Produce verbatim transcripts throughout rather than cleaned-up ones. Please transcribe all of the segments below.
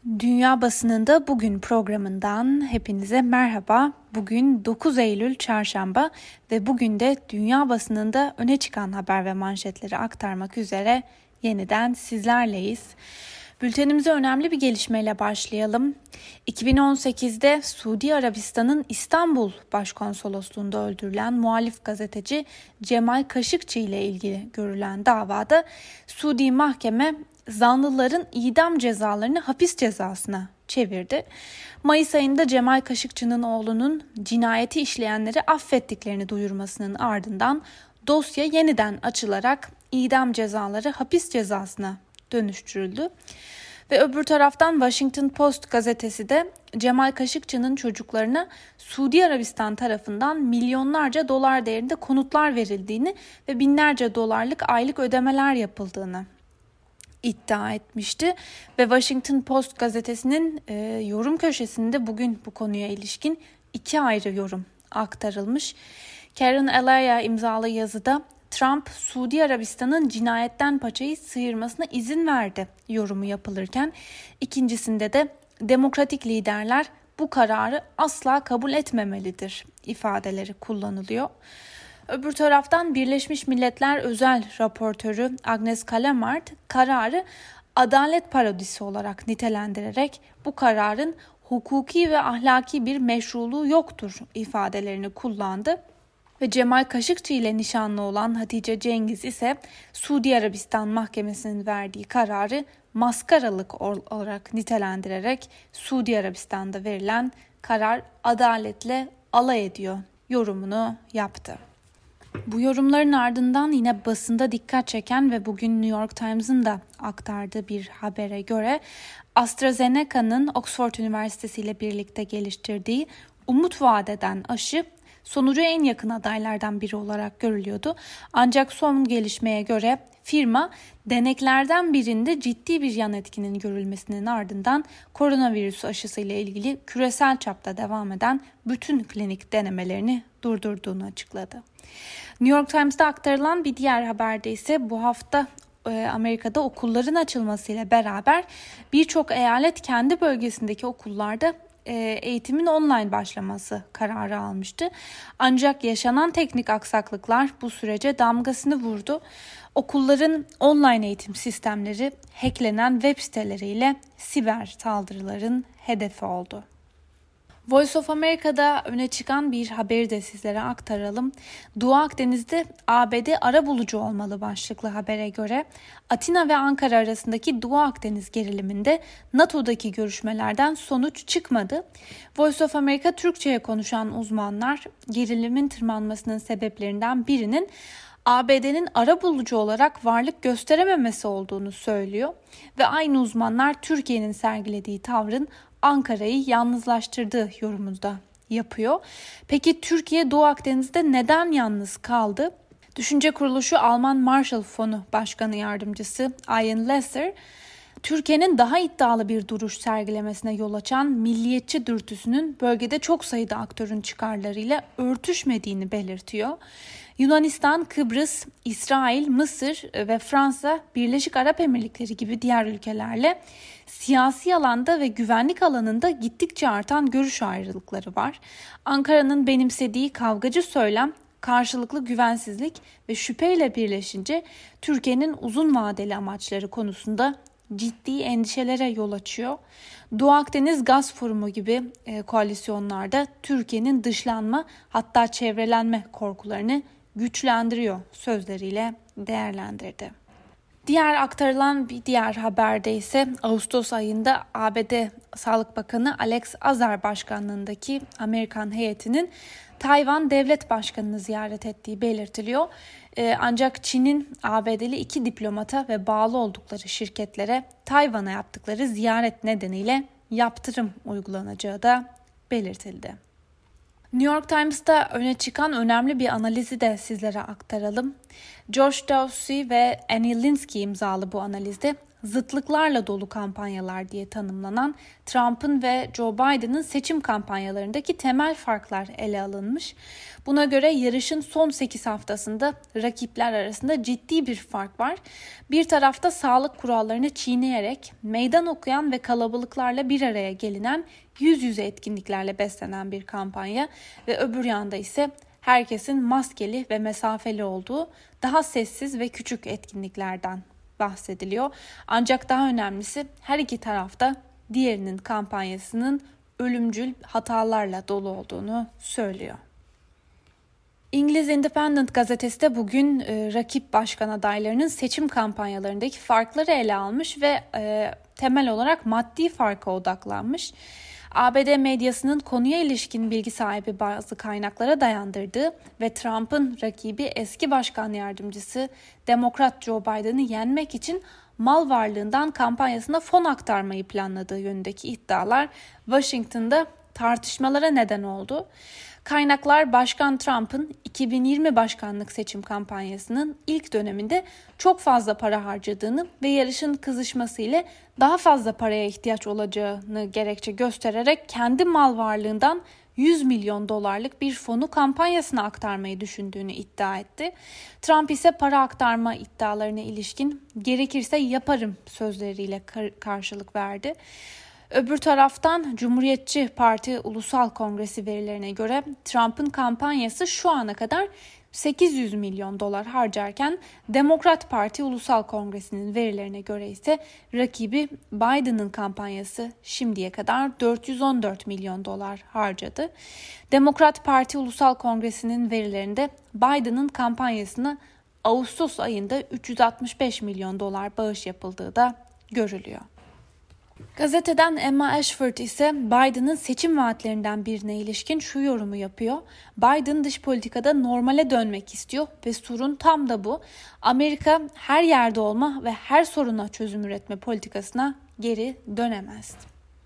Dünya Basınında Bugün programından hepinize merhaba. Bugün dokuz Eylül Çarşamba ve bugün de dünya basınında öne çıkan haber ve manşetleri aktarmak üzere yeniden sizlerleyiz. Bültenimize önemli bir gelişmeyle başlayalım. iki bin on sekizde Suudi Arabistan'ın İstanbul Başkonsolosluğu'nda öldürülen muhalif gazeteci Cemal Kaşıkçı ile ilgili görülen davada Suudi mahkeme zanlıların idam cezalarını hapis cezasına çevirdi. Mayıs ayında Cemal Kaşıkçı'nın oğlunun cinayeti işleyenleri affettiklerini duyurmasının ardından dosya yeniden açılarak idam cezaları hapis cezasına dönüştürüldü. Ve öbür taraftan Washington Post gazetesi de Cemal Kaşıkçı'nın çocuklarına Suudi Arabistan tarafından milyonlarca dolar değerinde konutlar verildiğini ve binlerce dolarlık aylık ödemeler yapıldığını iddia etmişti ve Washington Post gazetesinin e, yorum köşesinde bugün bu konuya ilişkin iki ayrı yorum aktarılmış. Karen Elaya imzalı yazıda Trump, Suudi Arabistan'ın cinayetten paçayı sıyırmasına izin verdi yorumu yapılırken, ikincisinde de demokratik liderler bu kararı asla kabul etmemelidir ifadeleri kullanılıyor. Öbür taraftan Birleşmiş Milletler Özel Raportörü Agnes Callamard kararı adalet parodisi olarak nitelendirerek bu kararın hukuki ve ahlaki bir meşruluğu yoktur ifadelerini kullandı. Ve Cemal Kaşıkçı ile nişanlı olan Hatice Cengiz ise Suudi Arabistan Mahkemesi'nin verdiği kararı maskaralık olarak nitelendirerek Suudi Arabistan'da verilen karar adaletle alay ediyor yorumunu yaptı. Bu yorumların ardından yine basında dikkat çeken ve bugün New York Times'ın da aktardığı bir habere göre AstraZeneca'nın Oxford Üniversitesi ile birlikte geliştirdiği umut vaat eden aşı sonucu en yakın adaylardan biri olarak görülüyordu. Ancak son gelişmeye göre firma deneklerden birinde ciddi bir yan etkinin görülmesinin ardından koronavirüs aşısı ile ilgili küresel çapta devam eden bütün klinik denemelerini durdurduğunu açıkladı. New York Times'ta aktarılan bir diğer haberde ise bu hafta Amerika'da okulların açılmasıyla beraber birçok eyalet kendi bölgesindeki okullarda eğitimin online başlaması kararı almıştı. Ancak yaşanan teknik aksaklıklar bu sürece damgasını vurdu. Okulların online eğitim sistemleri hacklenen web siteleriyle siber saldırıların hedefi oldu. Voice of America'da öne çıkan bir haberi de sizlere aktaralım. Doğu Akdeniz'de A B D arabulucu olmalı başlıklı habere göre Atina ve Ankara arasındaki Doğu Akdeniz geriliminde NATO'daki görüşmelerden sonuç çıkmadı. Voice of America Türkçe'ye konuşan uzmanlar gerilimin tırmanmasının sebeplerinden birinin A B D'nin arabulucu olarak varlık gösterememesi olduğunu söylüyor ve aynı uzmanlar Türkiye'nin sergilediği tavrın Ankara'yı yalnızlaştırdığı yorumunu da yapıyor. Peki Türkiye Doğu Akdeniz'de neden yalnız kaldı? Düşünce Kuruluşu Alman Marshall Fonu Başkanı Yardımcısı Ian Lesser, Türkiye'nin daha iddialı bir duruş sergilemesine yol açan milliyetçi dürtüsünün bölgede çok sayıda aktörün çıkarlarıyla örtüşmediğini belirtiyor. Yunanistan, Kıbrıs, İsrail, Mısır ve Fransa, Birleşik Arap Emirlikleri gibi diğer ülkelerle siyasi alanda ve güvenlik alanında gittikçe artan görüş ayrılıkları var. Ankara'nın benimsediği kavgacı söylem, karşılıklı güvensizlik ve şüpheyle birleşince Türkiye'nin uzun vadeli amaçları konusunda ciddi endişelere yol açıyor. Doğu Akdeniz Gaz Forumu gibi e, koalisyonlarda Türkiye'nin dışlanma hatta çevrelenme korkularını güçlendiriyor sözleriyle değerlendirdi. Diğer aktarılan bir diğer haberde ise Ağustos ayında A B D Sağlık Bakanı Alex Azar başkanlığındaki Amerikan heyetinin Tayvan Devlet Başkanı'nı ziyaret ettiği belirtiliyor. Ee, ancak Çin'in A B D'li iki diplomata ve bağlı oldukları şirketlere Tayvan'a yaptıkları ziyaret nedeniyle yaptırım uygulanacağı da belirtildi. New York Times'ta öne çıkan önemli bir analizi de sizlere aktaralım. George Dawsey ve Annie Linsky imzalı bu analizde zıtlıklarla dolu kampanyalar diye tanımlanan Trump'ın ve Joe Biden'ın seçim kampanyalarındaki temel farklar ele alınmış. Buna göre yarışın son sekiz haftasında rakipler arasında ciddi bir fark var. Bir tarafta sağlık kurallarını çiğneyerek meydan okuyan ve kalabalıklarla bir araya gelinen yüz yüze etkinliklerle beslenen bir kampanya ve öbür yanda ise herkesin maskeli ve mesafeli olduğu daha sessiz ve küçük etkinliklerden bahsediliyor. Ancak daha önemlisi her iki tarafta diğerinin kampanyasının ölümcül hatalarla dolu olduğunu söylüyor. İngiliz Independent gazetesi de bugün e, rakip başkan adaylarının seçim kampanyalarındaki farkları ele almış ve e, temel olarak maddi farka odaklanmış. A B D medyasının konuya ilişkin bilgi sahibi bazı kaynaklara dayandırdığı ve Trump'ın rakibi eski başkan yardımcısı Demokrat Joe Biden'ı yenmek için mal varlığından kampanyasına fon aktarmayı planladığı yönündeki iddialar Washington'da tartışmalara neden oldu. Kaynaklar Başkan Trump'ın iki bin yirmi başkanlık seçim kampanyasının ilk döneminde çok fazla para harcadığını ve yarışın kızışması ile daha fazla paraya ihtiyaç olacağını gerekçe göstererek kendi mal varlığından yüz milyon dolarlık bir fonu kampanyasına aktarmayı düşündüğünü iddia etti. Trump ise para aktarma iddialarına ilişkin gerekirse yaparım sözleriyle kar- karşılık verdi. Öbür taraftan Cumhuriyetçi Parti Ulusal Kongresi verilerine göre Trump'ın kampanyası şu ana kadar sekiz yüz milyon dolar harcarken Demokrat Parti Ulusal Kongresi'nin verilerine göre ise rakibi Biden'ın kampanyası şimdiye kadar dört yüz on dört milyon dolar harcadı. Demokrat Parti Ulusal Kongresi'nin verilerinde Biden'ın kampanyasına Ağustos ayında üç yüz altmış beş milyon dolar bağış yapıldığı da görülüyor. Gazeteden Emma Ashford ise Biden'ın seçim vaatlerinden birine ilişkin şu yorumu yapıyor. Biden dış politikada normale dönmek istiyor ve sorun tam da bu. Amerika her yerde olma ve her soruna çözüm üretme politikasına geri dönemez.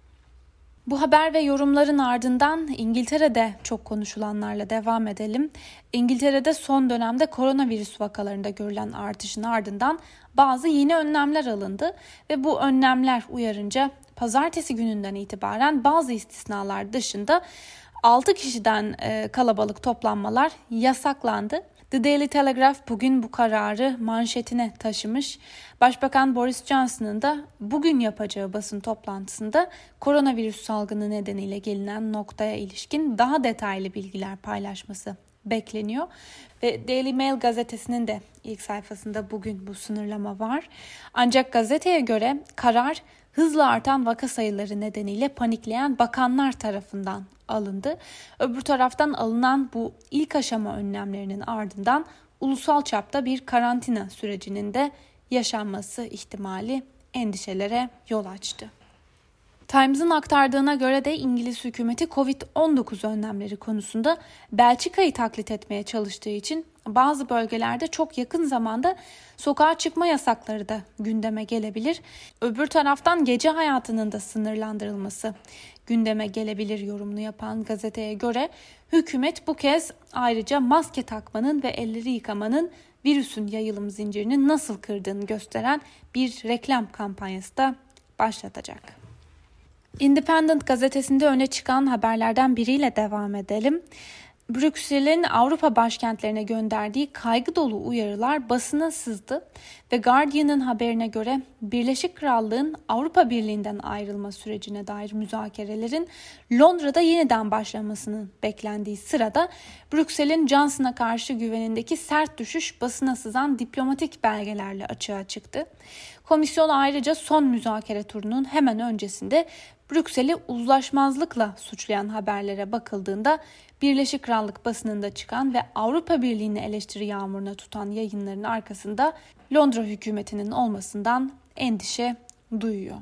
Bu haber ve yorumların ardından İngiltere'de çok konuşulanlarla devam edelim. İngiltere'de son dönemde koronavirüs vakalarında görülen artışın ardından bazı yeni önlemler alındı ve bu önlemler uyarınca pazartesi gününden itibaren bazı istisnalar dışında altı kişiden kalabalık toplanmalar yasaklandı. The Daily Telegraph bugün bu kararı manşetine taşımış. Başbakan Boris Johnson'ın da bugün yapacağı basın toplantısında koronavirüs salgını nedeniyle gelinen noktaya ilişkin daha detaylı bilgiler paylaşması bekleniyor. Ve Daily Mail gazetesinin de ilk sayfasında bugün bu sınırlama var. Ancak gazeteye göre karar hızla artan vaka sayıları nedeniyle panikleyen bakanlar tarafından alındı. Öbür taraftan alınan bu ilk aşama önlemlerinin ardından ulusal çapta bir karantina sürecinin de yaşanması ihtimali endişelere yol açtı. Times'ın aktardığına göre de İngiliz hükümeti kovid on dokuz önlemleri konusunda Belçika'yı taklit etmeye çalıştığı için bazı bölgelerde çok yakın zamanda sokağa çıkma yasakları da gündeme gelebilir. Öbür taraftan gece hayatının da sınırlandırılması gündeme gelebilir yorumunu yapan gazeteye göre hükümet bu kez ayrıca maske takmanın ve elleri yıkamanın virüsün yayılım zincirini nasıl kırdığını gösteren bir reklam kampanyası da başlatacak. Independent gazetesinde öne çıkan haberlerden biriyle devam edelim. Brüksel'in Avrupa başkentlerine gönderdiği kaygı dolu uyarılar basına sızdı ve Guardian'ın haberine göre Birleşik Krallığın Avrupa Birliği'nden ayrılma sürecine dair müzakerelerin Londra'da yeniden başlamasının beklendiği sırada Brüksel'in Johnson'a karşı güvenindeki sert düşüş basına sızan diplomatik belgelerle açığa çıktı. Komisyon ayrıca son müzakere turunun hemen öncesinde Brüksel'i uzlaşmazlıkla suçlayan haberlere bakıldığında Birleşik Krallık basınında çıkan ve Avrupa Birliği'ni eleştiri yağmuruna tutan yayınların arkasında Londra hükümetinin olmasından endişe duyuyor.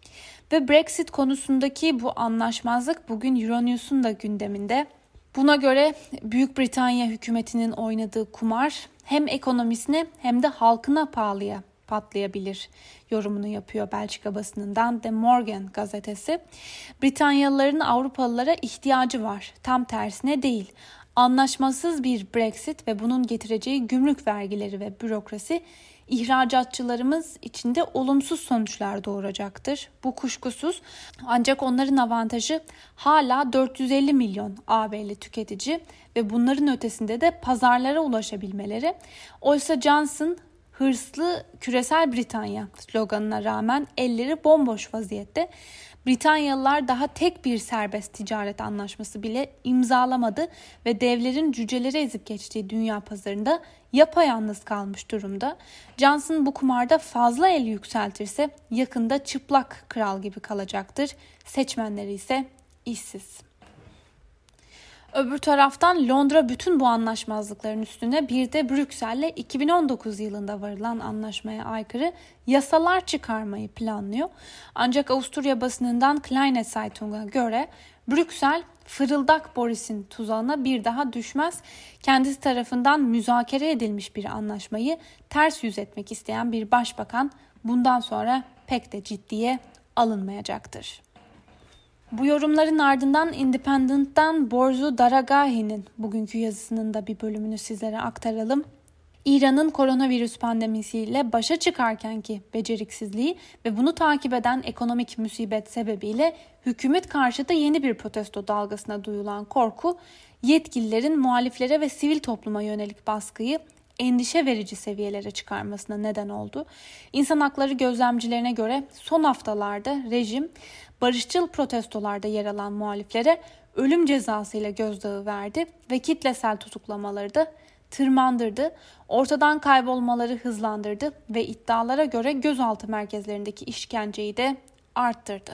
Ve Brexit konusundaki bu anlaşmazlık bugün Euronews'un da gündeminde. Buna göre Büyük Britanya hükümetinin oynadığı kumar hem ekonomisine hem de halkına pahalıya patlayabilir yorumunu yapıyor Belçika basınından The Morgan gazetesi. Britanyalıların Avrupalılara ihtiyacı var. Tam tersine değil. Anlaşmasız bir Brexit ve bunun getireceği gümrük vergileri ve bürokrasi ihracatçılarımız için de olumsuz sonuçlar doğuracaktır. Bu kuşkusuz. Ancak onların avantajı hala dört yüz elli milyon A B'li tüketici ve bunların ötesinde de pazarlara ulaşabilmeleri. Oysa Johnson hırslı küresel Britanya sloganına rağmen elleri bomboş vaziyette. Britanyalılar daha tek bir serbest ticaret anlaşması bile imzalamadı ve devlerin cüceleri ezip geçtiği dünya pazarında yapayalnız kalmış durumda. Johnson bu kumarda fazla el yükseltirse yakında çıplak kral gibi kalacaktır. Seçmenleri ise işsiz. Öbür taraftan Londra bütün bu anlaşmazlıkların üstüne bir de Brüksel'le iki bin on dokuz yılında varılan anlaşmaya aykırı yasalar çıkarmayı planlıyor. Ancak Avusturya basınından Kleine Zeitung'a göre Brüksel fırıldak Boris'in tuzağına bir daha düşmez. Kendisi tarafından müzakere edilmiş bir anlaşmayı ters yüz etmek isteyen bir başbakan bundan sonra pek de ciddiye alınmayacaktır. Bu yorumların ardından Independent'tan Borzu Daragahi'nin bugünkü yazısının da bir bölümünü sizlere aktaralım. İran'ın koronavirüs pandemisiyle başa çıkarkenki beceriksizliği ve bunu takip eden ekonomik musibet sebebiyle hükümet karşıtı yeni bir protesto dalgasına duyulan korku, yetkililerin muhaliflere ve sivil topluma yönelik baskıyı endişe verici seviyelere çıkarmasına neden oldu. İnsan hakları gözlemcilerine göre son haftalarda rejim barışçıl protestolarda yer alan muhaliflere ölüm cezasıyla gözdağı verdi ve kitlesel tutuklamaları da tırmandırdı. Ortadan kaybolmaları hızlandırdı ve iddialara göre gözaltı merkezlerindeki işkenceyi de arttırdı.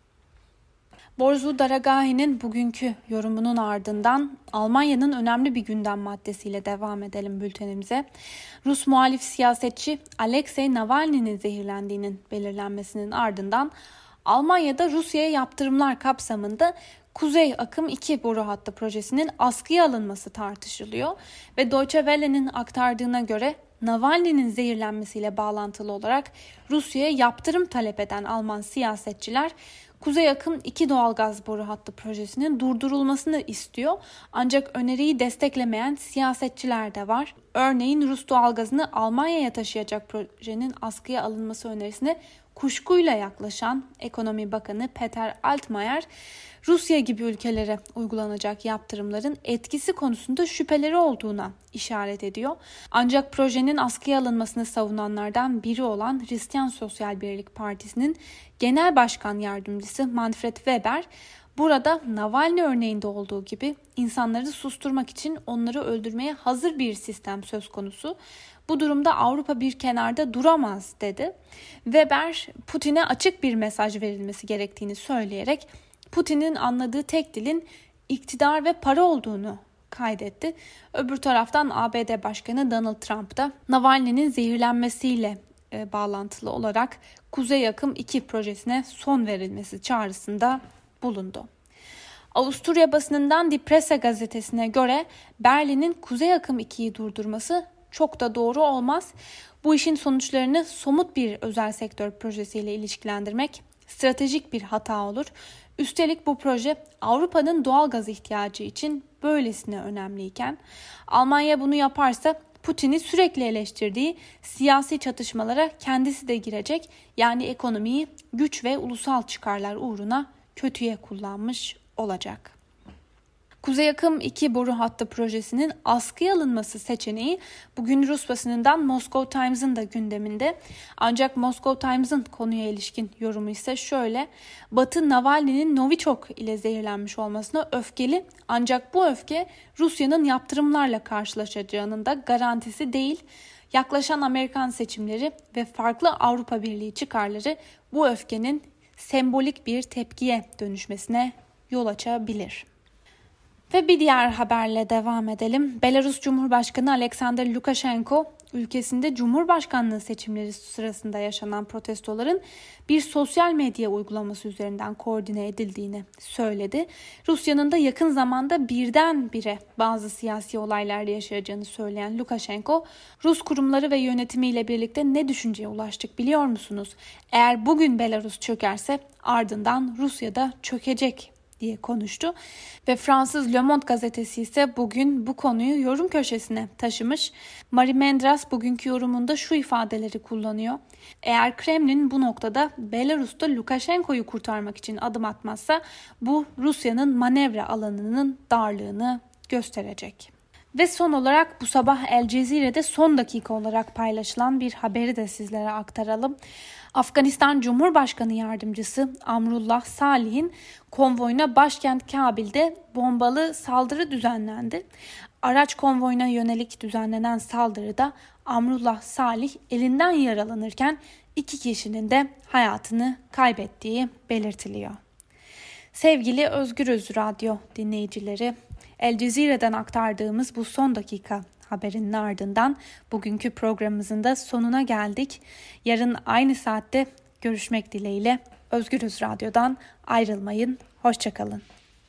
Borzu Daragahi'nin bugünkü yorumunun ardından Almanya'nın önemli bir gündem maddesiyle devam edelim bültenimize. Rus muhalif siyasetçi Alexei Navalny'nin zehirlendiğinin belirlenmesinin ardından Almanya'da Rusya'ya yaptırımlar kapsamında Kuzey Akım iki boru hattı projesinin askıya alınması tartışılıyor ve Deutsche Welle'nin aktardığına göre Navalny'nin zehirlenmesiyle bağlantılı olarak Rusya'ya yaptırım talep eden Alman siyasetçiler Kuzey Akım iki doğalgaz boru hattı projesinin durdurulmasını istiyor. Ancak öneriyi desteklemeyen siyasetçiler de var. Örneğin Rus doğalgazını Almanya'ya taşıyacak projenin askıya alınması önerisine kuşkuyla yaklaşan Ekonomi Bakanı Peter Altmaier, Rusya gibi ülkelere uygulanacak yaptırımların etkisi konusunda şüpheleri olduğuna işaret ediyor. Ancak projenin askıya alınmasını savunanlardan biri olan Hristiyan Sosyal Birlik Partisi'nin Genel Başkan Yardımcısı Manfred Weber, burada Navalny örneğinde olduğu gibi insanları susturmak için onları öldürmeye hazır bir sistem söz konusu. Bu durumda Avrupa bir kenarda duramaz dedi. Weber, Putin'e açık bir mesaj verilmesi gerektiğini söyleyerek Putin'in anladığı tek dilin iktidar ve para olduğunu kaydetti. Öbür taraftan A B D Başkanı Donald Trump da Navalny'nin zehirlenmesiyle e, bağlantılı olarak Kuzey Akım iki projesine son verilmesi çağrısında bulundu. Avusturya basınından Die Presse gazetesine göre Berlin'in Kuzey Akım ikiyi durdurması çok da doğru olmaz. Bu işin sonuçlarını somut bir özel sektör projesiyle ilişkilendirmek stratejik bir hata olur. Üstelik bu proje Avrupa'nın doğal gaz ihtiyacı için böylesine önemliyken Almanya bunu yaparsa Putin'i sürekli eleştirdiği siyasi çatışmalara kendisi de girecek. Yani ekonomiyi güç ve ulusal çıkarlar uğruna kötüye kullanmış olacak. Kuzey Akım iki boru hattı projesinin askıya alınması seçeneği bugün Rus basınından Moscow Times'ın da gündeminde. Ancak Moscow Times'ın konuya ilişkin yorumu ise şöyle: Batı Navalny'nin Novichok ile zehirlenmiş olmasına öfkeli, ancak bu öfke Rusya'nın yaptırımlarla karşılaşacağının da garantisi değil. Yaklaşan Amerikan seçimleri ve farklı Avrupa Birliği çıkarları bu öfkenin sembolik bir tepkiye dönüşmesine yol açabilir. Ve bir diğer haberle devam edelim. Belarus Cumhurbaşkanı Alexander Lukashenko, ülkesinde Cumhurbaşkanlığı seçimleri sırasında yaşanan protestoların bir sosyal medya uygulaması üzerinden koordine edildiğini söyledi. Rusya'nın da yakın zamanda birdenbire bazı siyasi olaylar yaşayacağını söyleyen Lukashenko, Rus kurumları ve yönetimiyle birlikte ne düşünceye ulaştık biliyor musunuz? Eğer bugün Belarus çökerse ardından Rusya da çökecek diye konuştu. Ve Fransız Le Monde gazetesi ise bugün bu konuyu yorum köşesine taşımış. Marie Mendras bugünkü yorumunda şu ifadeleri kullanıyor. Eğer Kremlin bu noktada Belarus'ta Lukashenko'yu kurtarmak için adım atmazsa bu Rusya'nın manevra alanının darlığını gösterecek. Ve son olarak bu sabah El Cezire'de son dakika olarak paylaşılan bir haberi de sizlere aktaralım. Afganistan Cumhurbaşkanı Yardımcısı Amrullah Salih'in konvoyuna başkent Kabil'de bombalı saldırı düzenlendi. Araç konvoyuna yönelik düzenlenen saldırıda Amrullah Salih elinden yaralanırken iki kişinin de hayatını kaybettiği belirtiliyor. Sevgili Özgürüz Radyo dinleyicileri, El Cezire'den aktardığımız bu son dakika haberinin ardından bugünkü programımızın da sonuna geldik. Yarın aynı saatte görüşmek dileğiyle Özgürüz Radyo'dan ayrılmayın. Hoşça kalın.